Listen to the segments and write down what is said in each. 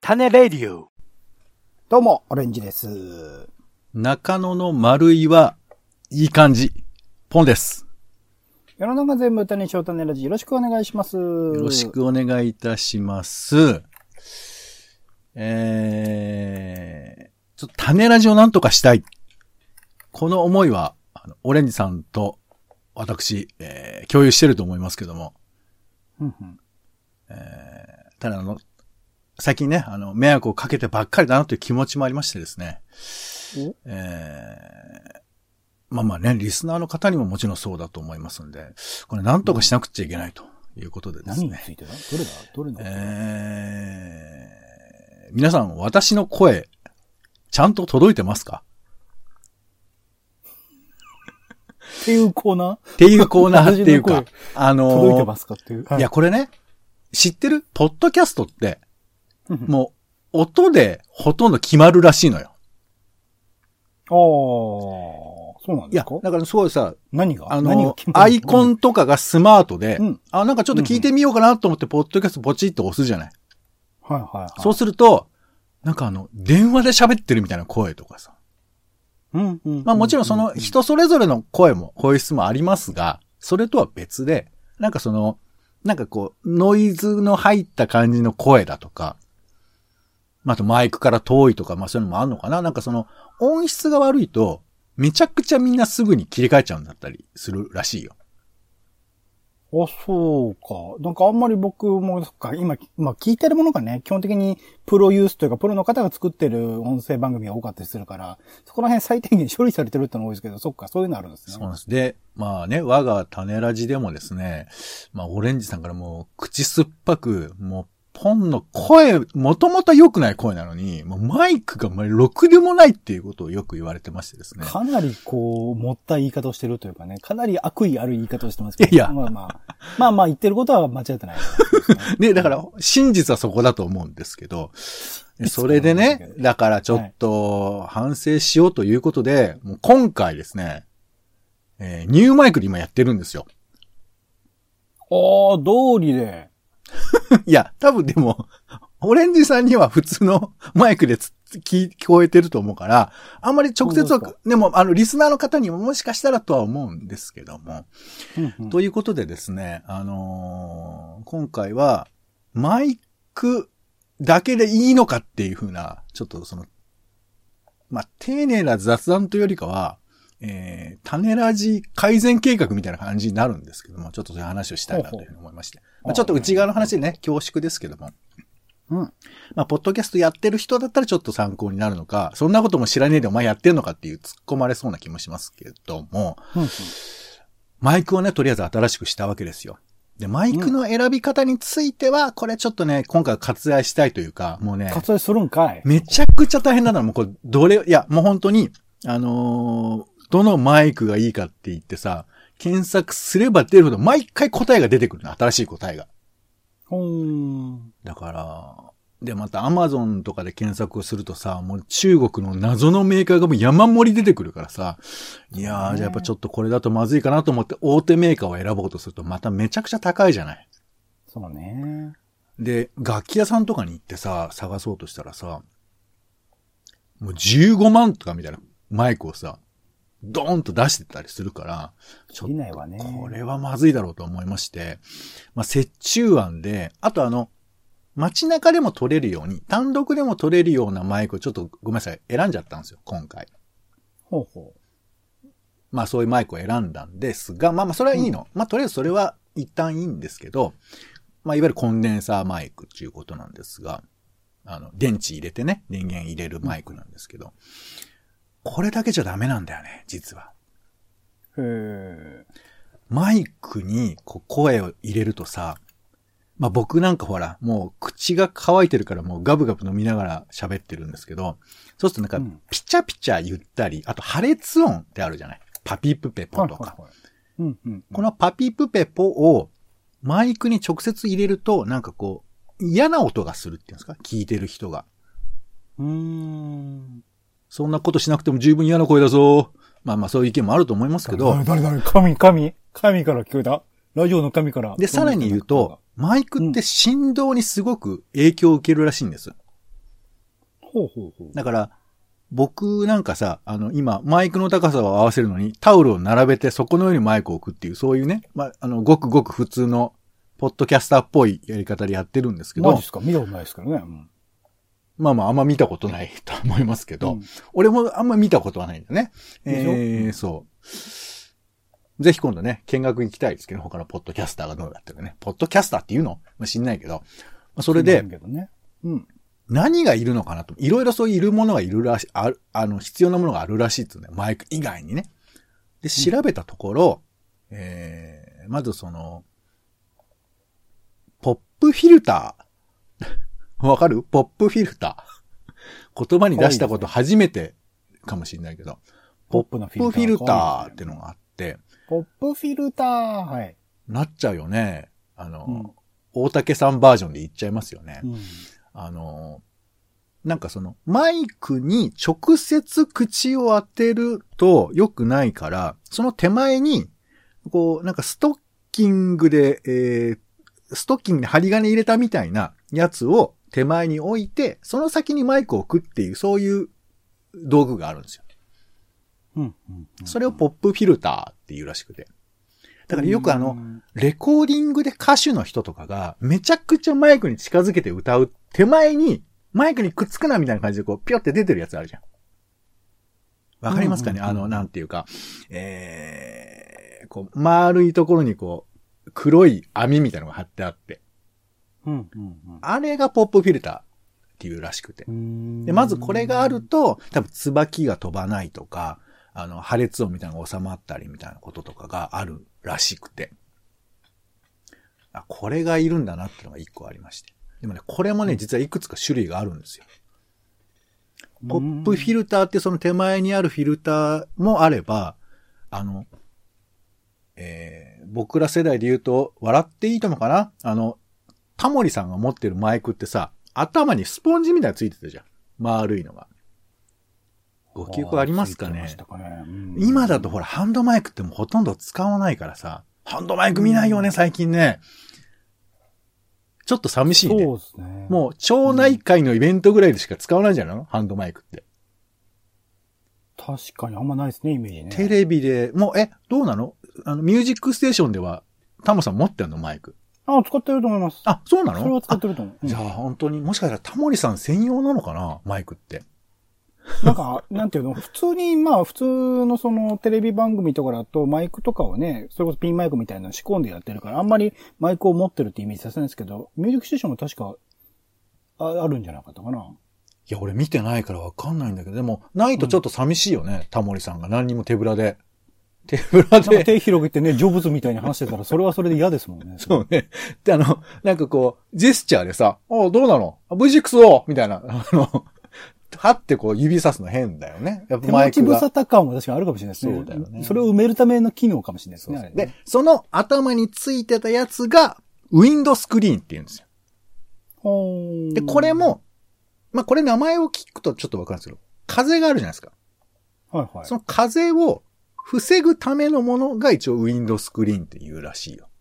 種レディオ。 どうも、オレンジです。 中野の丸いはいい感じ。ポンです。 世の中全部歌にしよう種ラジ、よろしくお願いします。よろしくお願いいたします。ちょっと種ラジをなんとかしたい。この思いは、オレンジさんと私、共有してると思いますけども。ただ最近ね、迷惑をかけてばっかりだなという気持ちもありましてですね。まあね、リスナーの方にももちろんそうだと思いますんで、これなんとかしなくちゃいけないということでですね。 何についてだ？どれだ皆さん、私の声、ちゃんと届いてますか？ っていうコーナーっていうコーナーっていうか、 届いてますかっていう。 いや、これね、知ってる？ポッドキャストって、もう、音でほとんど決まるらしいのよ。 ああ、そうなんですか？ いや、だからすごいさ、 何がアイコンとかがスマートで、なんかちょっと聞いてみようかなと思って、ポッドキャストポチッと押すじゃない。 はいはいはい。 そうすると、なんか電話で喋ってるみたいな声とかさ。まあもちろんその人それぞれの声質もありますが、それとは別で、なんかなんかこう、ノイズの入った感じの声だとか、あとマイクから遠いとか、まあそういうのもあるのかな。なんか音質が悪いと、めちゃくちゃみんなすぐに切り替えちゃうんだったりするらしいよ。 あ、そうか。なんかあんまり僕も、今聞いてるものがね、基本的にプロユースというか、プロの方が作ってる音声番組が多かったりするから、そこら辺最低限処理されてるってのが多いですけど、そっか、そういうのあるんですね。 そうなんです。で、まあね、我が種ラジでもですね、まあオレンジさんからもう口酸っぱく、もうポンの声、もともと良くない声なのに、もうマイクがろくでもないっていうことをよく言われてましてですね。 かなり持った言い方をしてるというかね、かなり悪意ある言い方をしてますけど。 いや。 まあ言ってることは間違ってない、 ね。だから、真実はそこだと思うんですけど、それでね、だからちょっと反省しようということで、もう今回ですね、ニューマイクで今やってるんですよ。 道理で。 いや、多分でも、オレンジさんには普通のマイクで聞こえてると思うから、あんまり直接は、でも、リスナーの方にももしかしたらとは思うんですけども。ということでですね、今回は、マイクだけでいいのかっていう風な、ちょっとまあ、丁寧な雑談というよりかは、種ラジ改善計画みたいな感じになるんですけども、ちょっとそういう話をしたいなというふうに思いまして。まあ、ちょっと内側の話でね、恐縮ですけども。まあ、ポッドキャストやってる人だったらちょっと参考になるのか、そんなことも知らねえでお前やってんのかっていう突っ込まれそうな気もしますけども、マイクをね、とりあえず新しくしたわけですよ。で、マイクの選び方については、これちょっとね、今回割愛したいというか、もうね。 割愛するんかい？ めちゃくちゃ大変なのは、もうこれ、いや、もう本当に、どのマイクがいいかって言ってさ、検索すれば出るほど毎回答えが出てくるの。新しい答えが。だから、で、また Amazon とかで検索をするとさ、もう中国の謎のメーカーがもう山盛り出てくるからさ、いやー、じゃあやっぱちょっとこれだとまずいかなと思って大手メーカーを選ぼうとするとまためちゃくちゃ高いじゃない。 そうね。 で、楽器屋さんとかに行ってさ、探そうとしたらさ、もう15万とかみたいなマイクをさ、ドーンと出してたりするから、ちょっとこれはまずいだろうと思いまして、まあ、折衷案で、あと街中でも撮れるように、単独でも撮れるようなマイクをちょっとごめんなさい、選んじゃったんですよ、今回。まあそういうマイクを選んだんですが、まあそれはいいの。まあとりあえずそれは一旦いいんですけど、まあいわゆるコンデンサーマイクっていうことなんですが、電池入れてね、電源入れるマイクなんですけど、これだけじゃダメなんだよね、実は。マイクに声を入れるとさ、まあ僕なんかほら、もう口が乾いてるからもうガブガブ飲みながら喋ってるんですけど、そうするとなんかピチャピチャ言ったり、あと破裂音ってあるじゃない。パピプペポとか。このパピプペポをマイクに直接入れると、なんか嫌な音がするっていうんですか？聞いてる人が。そんなことしなくても十分嫌な声だぞ。まあそういう意見もあると思いますけど。 神から聞こえた？ラジオの神から。 で、さらに言うと、マイクって振動にすごく影響を受けるらしいんです。 ほうほうほう。 だから、僕なんかさ、今、マイクの高さを合わせるのに、タオルを並べてそこの上にマイクを置くっていう、そういうね、ごくごく普通の、ポッドキャスターっぽいやり方でやってるんですけど。 マジですか？見たことないですけどね。うん、 まあ、あんま見たことないと思いますけど、俺もあんま見たことはないんだね。そう。ぜひ今度ね、見学行きたいですけど、他のポッドキャスターがどうやってるかね。ポッドキャスターって言うの？知んないけど。それで、何がいるのかなと。いろいろそういういるものがいるらしい、必要なものがあるらしいってね。マイク以外にね。で、調べたところ、まずポップフィルター。わかる？ポップフィルター。言葉に出したこと初めてかもしれないけど、ポップフィルターってのがあって、 ポップフィルター、はい。 なっちゃうよね。大竹さんバージョンで言っちゃいますよね。なんかマイクに直接口を当てると良くないから、その手前に、なんかストッキングで、ストッキングに針金入れたみたいなやつを手前に置いて、その先にマイクを置くっていう、そういう道具があるんですよ。それをポップフィルターっていうらしくて。だからよくレコーディングで歌手の人とかが、めちゃくちゃマイクに近づけて歌う手前に、マイクにくっつくなみたいな感じでピョって出てるやつあるじゃん。わかりますかね？なんていうか、丸いところに黒い網みたいなのが貼ってあって。あれがポップフィルターっていうらしくて。で、まずこれがあると、多分椿が飛ばないとか、破裂音みたいなのが収まったりみたいなこととかがあるらしくて。これがいるんだなってのが一個ありまして。でもね、これもね、実はいくつか種類があるんですよ。ポップフィルターってその手前にあるフィルターもあれば、僕ら世代で言うと、笑っていいともかな？タモリさんが持ってるマイクってさ、頭にスポンジみたいなのついてたじゃん。丸いのが。ご記憶ありますかね？今だとほら、ハンドマイクってもうほとんど使わないからさ、ハンドマイク見ないよね、最近ね。ちょっと寂しいね。そうですね。もう、町内会のイベントぐらいでしか使わないんじゃないの？ハンドマイクって。 確かにあんまないですね、イメージね。 テレビで、もう、どうなの？ミュージックステーションでは、タモさん持ってんの？マイク。 使ってると思います。 そうなの？ それは使ってると思う。 じゃあ本当に、もしかしたらタモリさん専用なのかな？マイクって。 なんていうの、普通に、普通のテレビ番組とかだと、マイクとかをね、それこそピンマイクみたいなの仕込んでやってるから、あんまりマイクを持ってるってイメージさせないんですけど、ミュージックステーションも確か、あるんじゃなかったかな。 いや、俺見てないからわかんないんだけど、でも、ないとちょっと寂しいよね、タモリさんが何にも手ぶらで。 手広げてね、成仏みたいに話してたら、それはそれで嫌ですもんね。 そうね。で、なんかジェスチャーでさ、どうなの？ V6O! みたいな、はって指さすの変だよね。 やっぱマイクが。手持ち無沙汰感は確かにあるかもしれないですね。そうだよね。それを埋めるための機能かもしれないですね。 で、その頭についてたやつが、ウィンドスクリーンって言うんですよ。で、これも、これ名前を聞くとちょっとわかるんですけど、風があるじゃないですか。 はいはい。 その風を防ぐためのものが一応ウィンドスクリーンって言うらしいよ。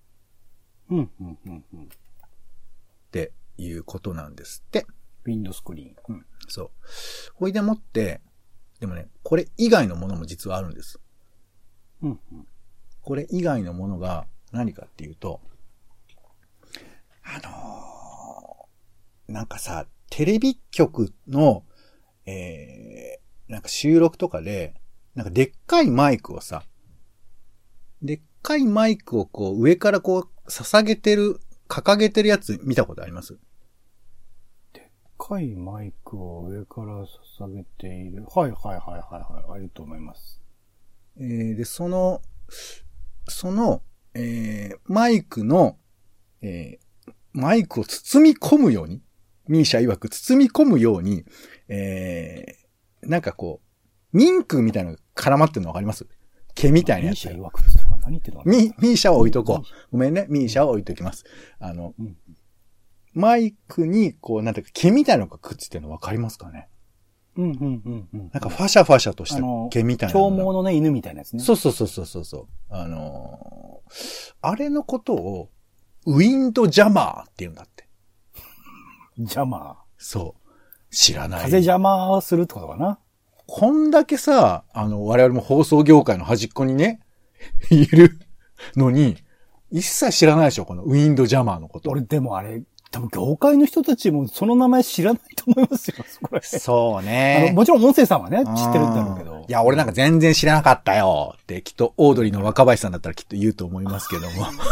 っていうことなんですって。 ウィンドスクリーン。 そう。ほいでもって、でもね、これ以外のものも実はあるんです。これ以外のものが何かっていうと、なんかさ、テレビ局の、なんか収録とかで、なんかでっかいマイクをさ、でっかいマイクを上から掲げてるやつ見たことあります？ でっかいマイクを上から捧げている。はい。あると思います。 で、マイクの、マイクを包み込むように、ミーシャ曰く包み込むように、なんかミンクみたいなのが絡まってるのわかります？毛みたいなやつ。 ミーシャ曰くって何言ってるの？ ミーシャは置いとこう。ごめんね。ミーシャは置いときます。マイクに、なんていうか、毛みたいなのがくっついてるのわかりますかね？なんかファシャファシャとした毛みたいな。 長毛のね、犬みたいなやつね。 そう。あれのことを、ウィンドジャマーって言うんだって。 ジャマー。 そう。 知らない。 風邪邪魔するってことかな。 こんだけさ、我々も放送業界の端っこにね、いるのに、一切知らないでしょ、このウィンドジャマーのこと。 俺でもあれ、多分業界の人たちもその名前知らないと思いますよ、これ。 そうね。 もちろん音声さんはね、知ってるんだろうけど。 いや、俺なんか全然知らなかったよって、きっとオードリーの若林さんだったらきっと言うと思いますけども。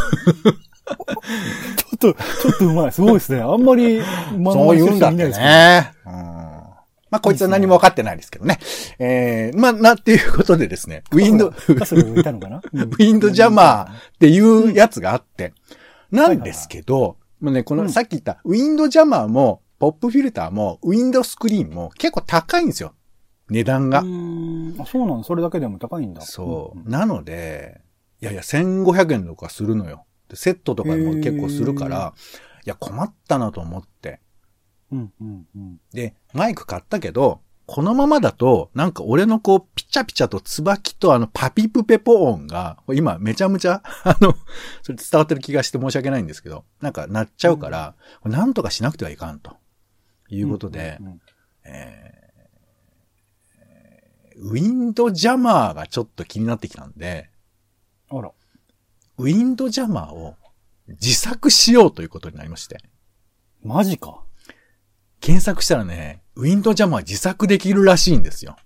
ちょっとうまい。すごいですね。あんまり、 そう言うんだってね。まあ、こいつは何も分かってないですけどね。まあ、っていうことでですね、ウィンドジャマーっていうやつがあって、なんですけど、もうね、このさっき言ったウィンドジャマーも、ポップフィルターも、ウィンドスクリーンも結構高いんですよ。値段が。 あ、そうなの？それだけでも高いんだ。 そう。なので、いやいや、1500円とかするのよ。セットとかも結構するから、いや、困ったなと思って。で、マイク買ったけど、このままだと、なんか俺のこう、ピチャピチャと椿とパピプペポ音が、今めちゃめちゃ、それ伝わってる気がして申し訳ないんですけど、なんか鳴っちゃうから、なんとかしなくてはいかんと。いうことで、ウィンドジャマーがちょっと気になってきたんで、 あら。 ウィンドジャマーを自作しようということになりまして。 マジか。 検索したらね、ウィンドジャマー自作できるらしいんですよ。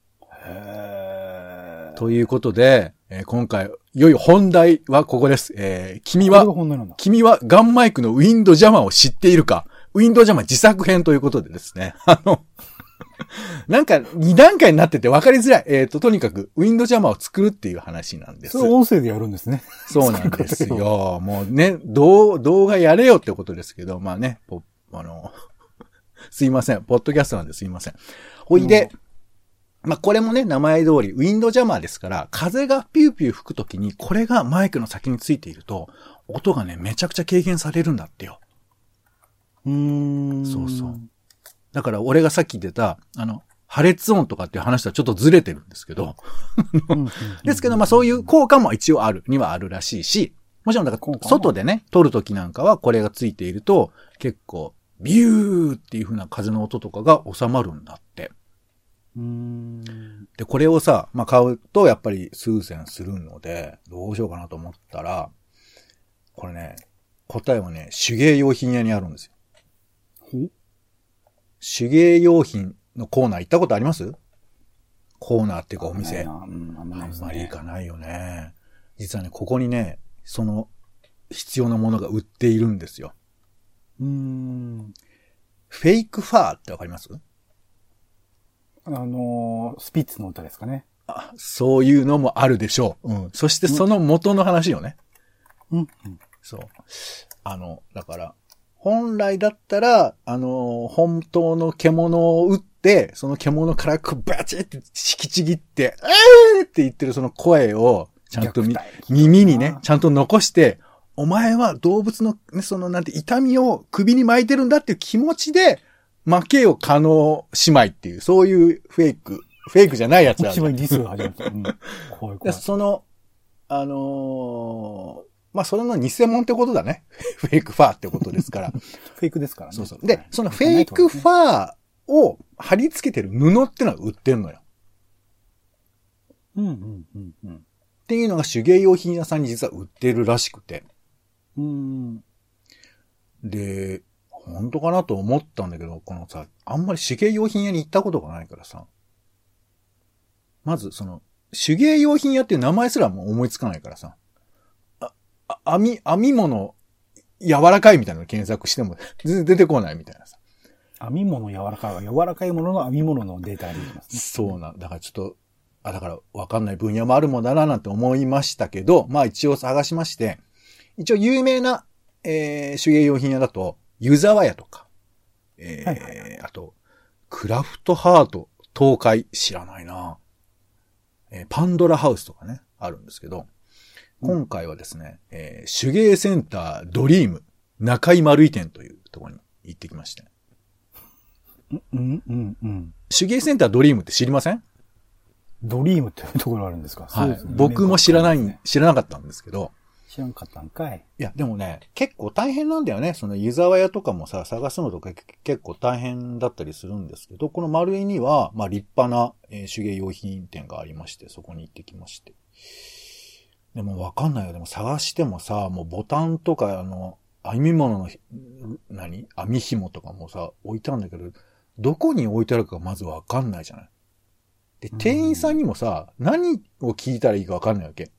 へー。 ということで、今回、いよいよ本題はここです。君はガンマイクのウィンドジャマーを知っているか？ウィンドジャマー自作編ということでですね。なんか2段階になってて分かりづらい。とにかくウィンドジャマーを作るっていう話なんです。 それ音声でやるんですね。 そうなんですよ。もうね、動画やれよってことですけど、まあね、すいません。ポッドキャストなんですいません。ほいで、まあ、これもね、名前通り、ウィンドジャマーですから、風がピューピュー吹くときに、これがマイクの先についていると、音がね、めちゃくちゃ軽減されるんだってよ。そうそう。だから俺がさっき言ってた、破裂音とかっていう話とはちょっとずれてるんですけど。ですけど、まあそういう効果も一応にはあるらしいし、もちろんだから外でね、撮るときなんかはこれがついていると、結構、ビューっていう風な風の音とかが収まるんだって。で、これをさ、まあ買うとやっぱり数千するので、どうしようかなと思ったら、これね、答えはね、手芸用品屋にあるんですよ。手芸用品のコーナー行ったことあります？コーナーっていうかお店。あんまり行かないよね。実はね、ここにね、その必要なものが売っているんですよ。フェイクファーってわかります？ スピッツの歌ですかね。 そういうのもあるでしょう。そしてその元の話よね。そう。だから、本来だったら、本当の獣を撃って、その獣からバチって引きちぎって、って言ってるその声を、ちゃんと耳にね、ちゃんと残して、お前は動物の、ね、痛みを首に巻いてるんだっていう気持ちで、負けよ可能姉妹っていう、そういうフェイクじゃないやつだ。 一番ディスが始まった。怖い。 まあ、それの偽物ってことだね。フェイクファーってことですから。 フェイクですからね。 そう。で、そのフェイクファーを貼り付けてる布ってのは売ってるのよ。っていうのが手芸用品屋さんに実は売ってるらしくて。で、本当かなと思ったんだけど、このさ、あんまり手芸用品屋に行ったことがないからさ。まず、手芸用品屋っていう名前すらも思いつかないからさ。編み物、柔らかいみたいなの検索しても全然出てこないみたいなさ。 編み物柔らかいは柔らかいものの編み物のデータが出てきますね。 そうだからちょっと、だからわかんない分野もあるもんだななんて思いましたけど、まあ一応探しまして、一応有名な、手芸用品屋だと、湯沢屋とか、あと、クラフトハート東海知らないな、パンドラハウスとかね、あるんですけど、今回はですね、手芸センタードリーム中井丸井店というところに行ってきまして。手芸センタードリームって知りません？ ドリームっていうところあるんですか？ はい。僕も知らなかったんですけど。 知らんかったんかい。 いや、でもね、結構大変なんだよね。その湯沢屋とかもさ、探すのとか結構大変だったりするんですけど、この丸井には、まあ立派な、手芸用品店がありまして、そこに行ってきまして。でもわかんないよ。でも探してもさ、もうボタンとか編み物の、編み紐とかもさ、置いてあるんだけど、どこに置いてあるかまずわかんないじゃない。で、店員さんにもさ、何を聞いたらいいかわかんないわけ。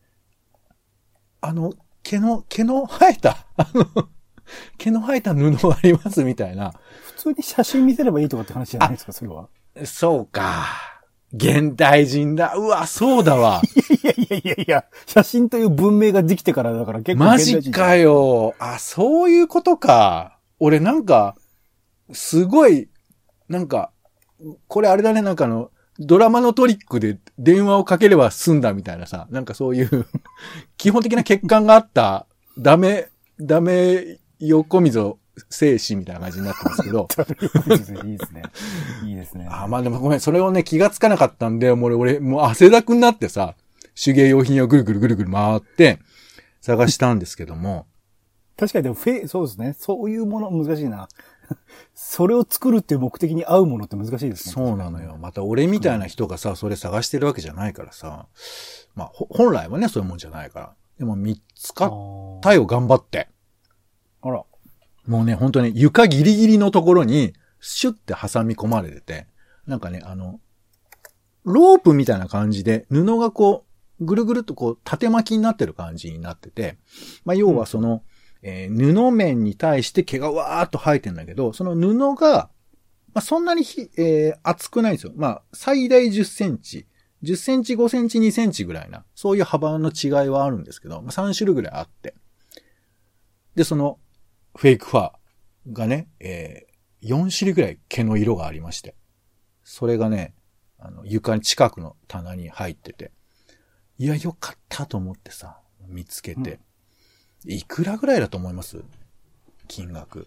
毛の生えた、毛の生えた布ありますみたいな。 普通に写真見せればいいとかって話じゃないですか、それは。 そうか。現代人だ。うわ、そうだわ。 いや、写真という文明ができてからだから結構マジかよ。あ、そういうことか。俺なんか、すごい、なんか、これあれだね、なんかドラマのトリックで電話をかければ済んだみたいなさ、なんかそういう基本的な欠陥があった、ダメ横溝静止みたいな感じになってますけど。 いいですね。いいですね。 あ、まあでもごめん、それをね、気がつかなかったんで、俺、もう汗だくになってさ、手芸用品をぐるぐる回って探したんですけども。 確かにでもそうですね。そういうもの難しいな。それを作るっていう目的に合うものって難しいですね。 そうなのよ。また俺みたいな人がさ、それ探してるわけじゃないからさ。まあ、本来はね、そういうもんじゃないから。でも見つかったよ、頑張って。 あら。 もうね、本当に床ギリギリのところに、シュッて挟み込まれてて、なんかね、ロープみたいな感じで、布がこう、ぐるぐるっとこう、縦巻きになってる感じになってて、まあ、要はその、布面に対して毛がわーっと生えてんだけど、その布が、まあ、そんなに厚くないんですよ。まあ、最大10センチ。10センチ、5センチ、2センチぐらいな、そういう幅の違いはあるんですけど、まあ、3種類ぐらいあって。で、その、フェイクファーがね、4種類ぐらい毛の色がありまして。それがね、床に近くの棚に入ってて。いや、よかったと思ってさ、見つけて。いくらぐらいだと思います？金額。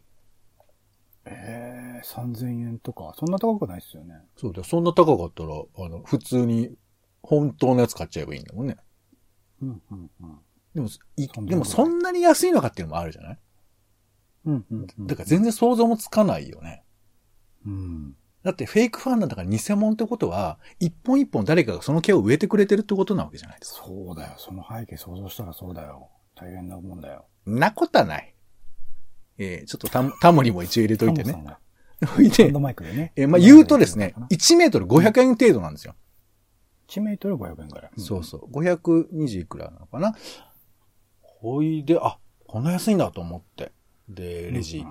3000円とか、そんな高くないですよね。 そうだよ。そんな高かったら、普通に、本当のやつ買っちゃえばいいんだもんね。でもそんなに安いのかっていうのもあるじゃない？だから全然想像もつかないよね。だってフェイクファンなんだから偽物ってことは、一本一本誰かがその毛を植えてくれてるってことなわけじゃないですか。 そうだよ。その背景想像したらそうだよ。大変なもんだよ。 なことはない。ちょっとタモにも一応入れといてね。 で、マイクでね。 まあ、言うとですね、1メートル500円程度なんですよ。 1メートル500円から。 そうそう。520いくらなのかな。ほいで、あ、こんな安いんだと思って。で、レジ行って、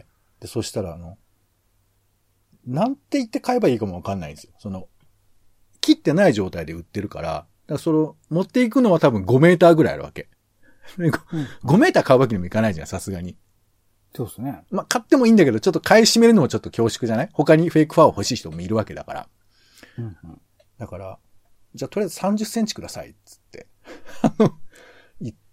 で、そしたらなんて言って買えばいいかもわかんないんですよ。切ってない状態で売ってるから、だから持っていくのは多分5メーターぐらいあるわけ。5メーター買うわけにもいかないじゃん、さすがに。 そうですね。 まあ、買ってもいいんだけど、ちょっと買い占めるのもちょっと恐縮じゃない？他にフェイクファーを欲しい人もいるわけだから。だから、じゃあとりあえず30センチください、つって。言って、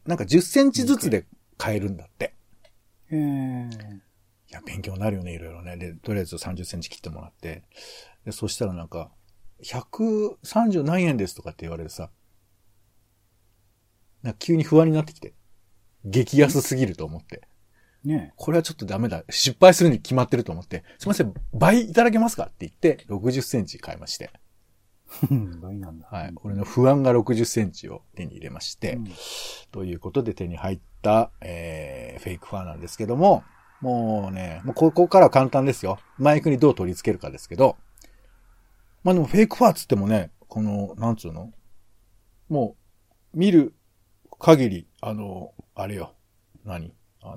なんか10センチずつで買えるんだって。いや、勉強になるよね、いろいろね。で、とりあえず30センチ切ってもらって。で、そしたらなんか、130何円ですとかって言われてさ、なんか急に不安になってきて。激安すぎると思って。 ね、 これはちょっとダメだ。失敗するに決まってると思って、すいません、倍いただけますかって言って、60センチ買いまして。 倍なんだ。 はい。俺の不安が60センチを手に入れまして、ということで手に入った、フェイクファーなんですけども、もうね、もうここからは簡単ですよ。マイクにどう取り付けるかですけど、まあでもフェイクファーつってもね、なんつうの？もう、見る限り、あれよ。何？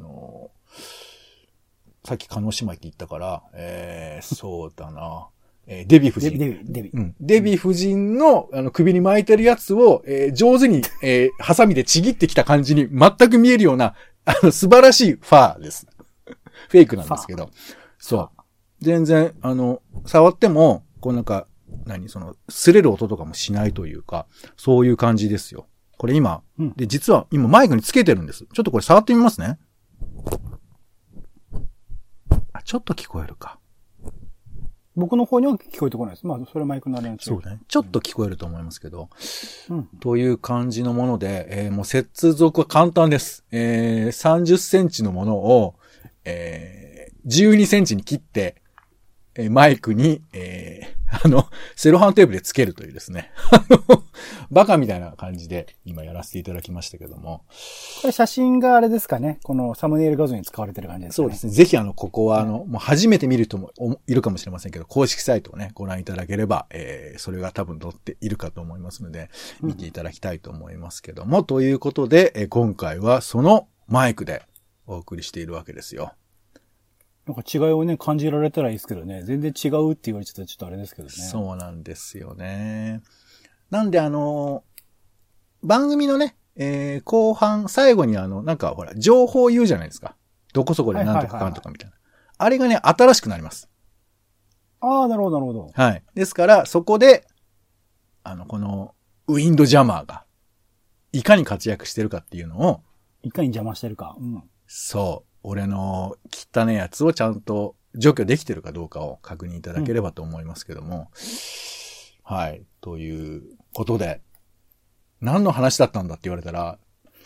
さっき叶姉妹って言ったから、そうだな。デヴィ夫人。デヴィ夫人の、首に巻いてるやつを、上手に、ハサミでちぎってきた感じに全く見えるような、素晴らしいファーです。フェイクなんですけど。そう。全然、触っても、こうなんか、擦れる音とかもしないというか、そういう感じですよ。これ今、で、実は今マイクにつけてるんです。ちょっとこれ触ってみますね。ちょっと聞こえるか。 僕の方には聞こえてこないです。まあ、それはマイクのあれの違い。 そうね。ちょっと聞こえると思いますけど。 うん。 という感じのもので、もう接続は簡単です。30センチのものを、12センチに切って、マイクに、セロハンテープでつけるというですね。バカみたいな感じで今やらせていただきましたけども。 これ写真があれですかね。このサムネイル画像に使われてる感じですかね。 そうですね。ぜひここはもう初めて見る人もいるかもしれませんけど、公式サイトをね、ご覧いただければ、それが多分載っているかと思いますので、見ていただきたいと思いますけども、ということで、今回はそのマイクでお送りしているわけですよ。 なんか違いをね、感じられたらいいですけどね。全然違うって言われちゃったらちょっとあれですけどね。 そうなんですよね。なんで番組のね、後半、最後になんかほら、情報を言うじゃないですか。どこそこでなんとかかんとかみたいな。あれがね、新しくなります。 ああ、なるほど、なるほど。 はい。ですから、そこで、この、ウィンドジャマーが、いかに活躍してるかっていうのを、 いかに邪魔してるか。うん。 そう。俺の汚ねやつをちゃんと除去できてるかどうかを確認いただければと思いますけども。はい。ということで、何の話だったんだって言われたら、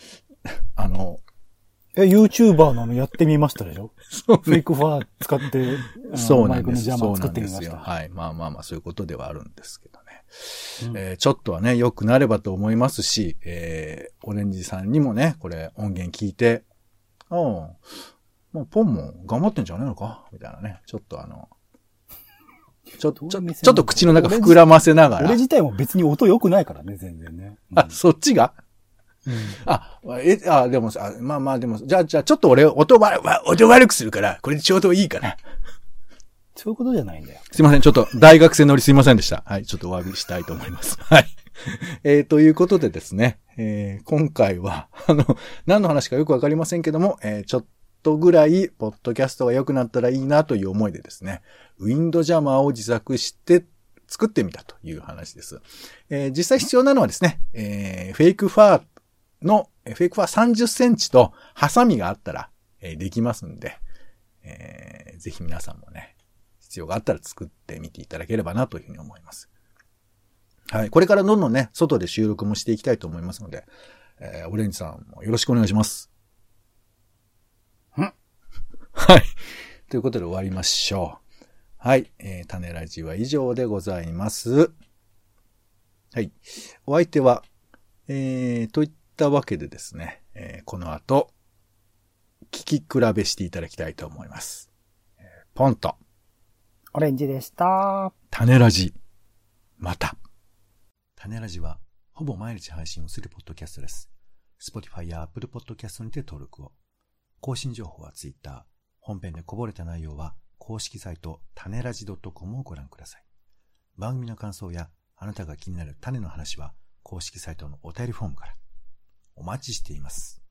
YouTuber のやってみましたでしょ？ そうね。 フェイクファー使って、 そうなんです。 マイクの邪魔を作ってみました。 そうなんですよ。はい。まあ、そういうことではあるんですけどね。ちょっとはね、良くなればと思いますし、オレンジさんにもね、これ音源聞いて、もうポンも頑張ってんじゃねえのかみたいなね。ちょっとちょっと口の中膨らませながら。 俺自体も別に音良くないからね、全然ね。 あ、そっちが、うん、でもさ、まあでも、じゃあちょっと俺音悪くするから、これでちょうどいいかな。 そういうことじゃないんだよ。 すいません、ちょっと大学生乗りすいませんでした。はい、ちょっとお詫びしたいと思います。はい。ということでですね、今回は、何の話かよくわかりませんけども、ちょっとぐらい、ポッドキャストが良くなったらいいなという思いでですね、ウィンドジャマーを自作して作ってみたという話です。実際必要なのはですね、フェイクファー30センチとハサミがあったら、できますんで、ぜひ皆さんもね、必要があったら作ってみていただければなというふうに思います。はい。これからどんどんね、外で収録もしていきたいと思いますので、オレンジさんもよろしくお願いします。はい。ということで終わりましょう。はい。種ラジは以上でございます。はい。お相手は、といったわけでですね、この後、聞き比べしていただきたいと思います。ポンと。 オレンジでした。 種ラジ。また。種ラジはほぼ毎日配信をするポッドキャストです。Spotify や Apple Podcast にて登録を。更新情報は Twitter。本編でこぼれた内容は公式サイト種ラジ .com をご覧ください。番組の感想やあなたが気になる種の話は公式サイトのお便りフォームから。お待ちしています。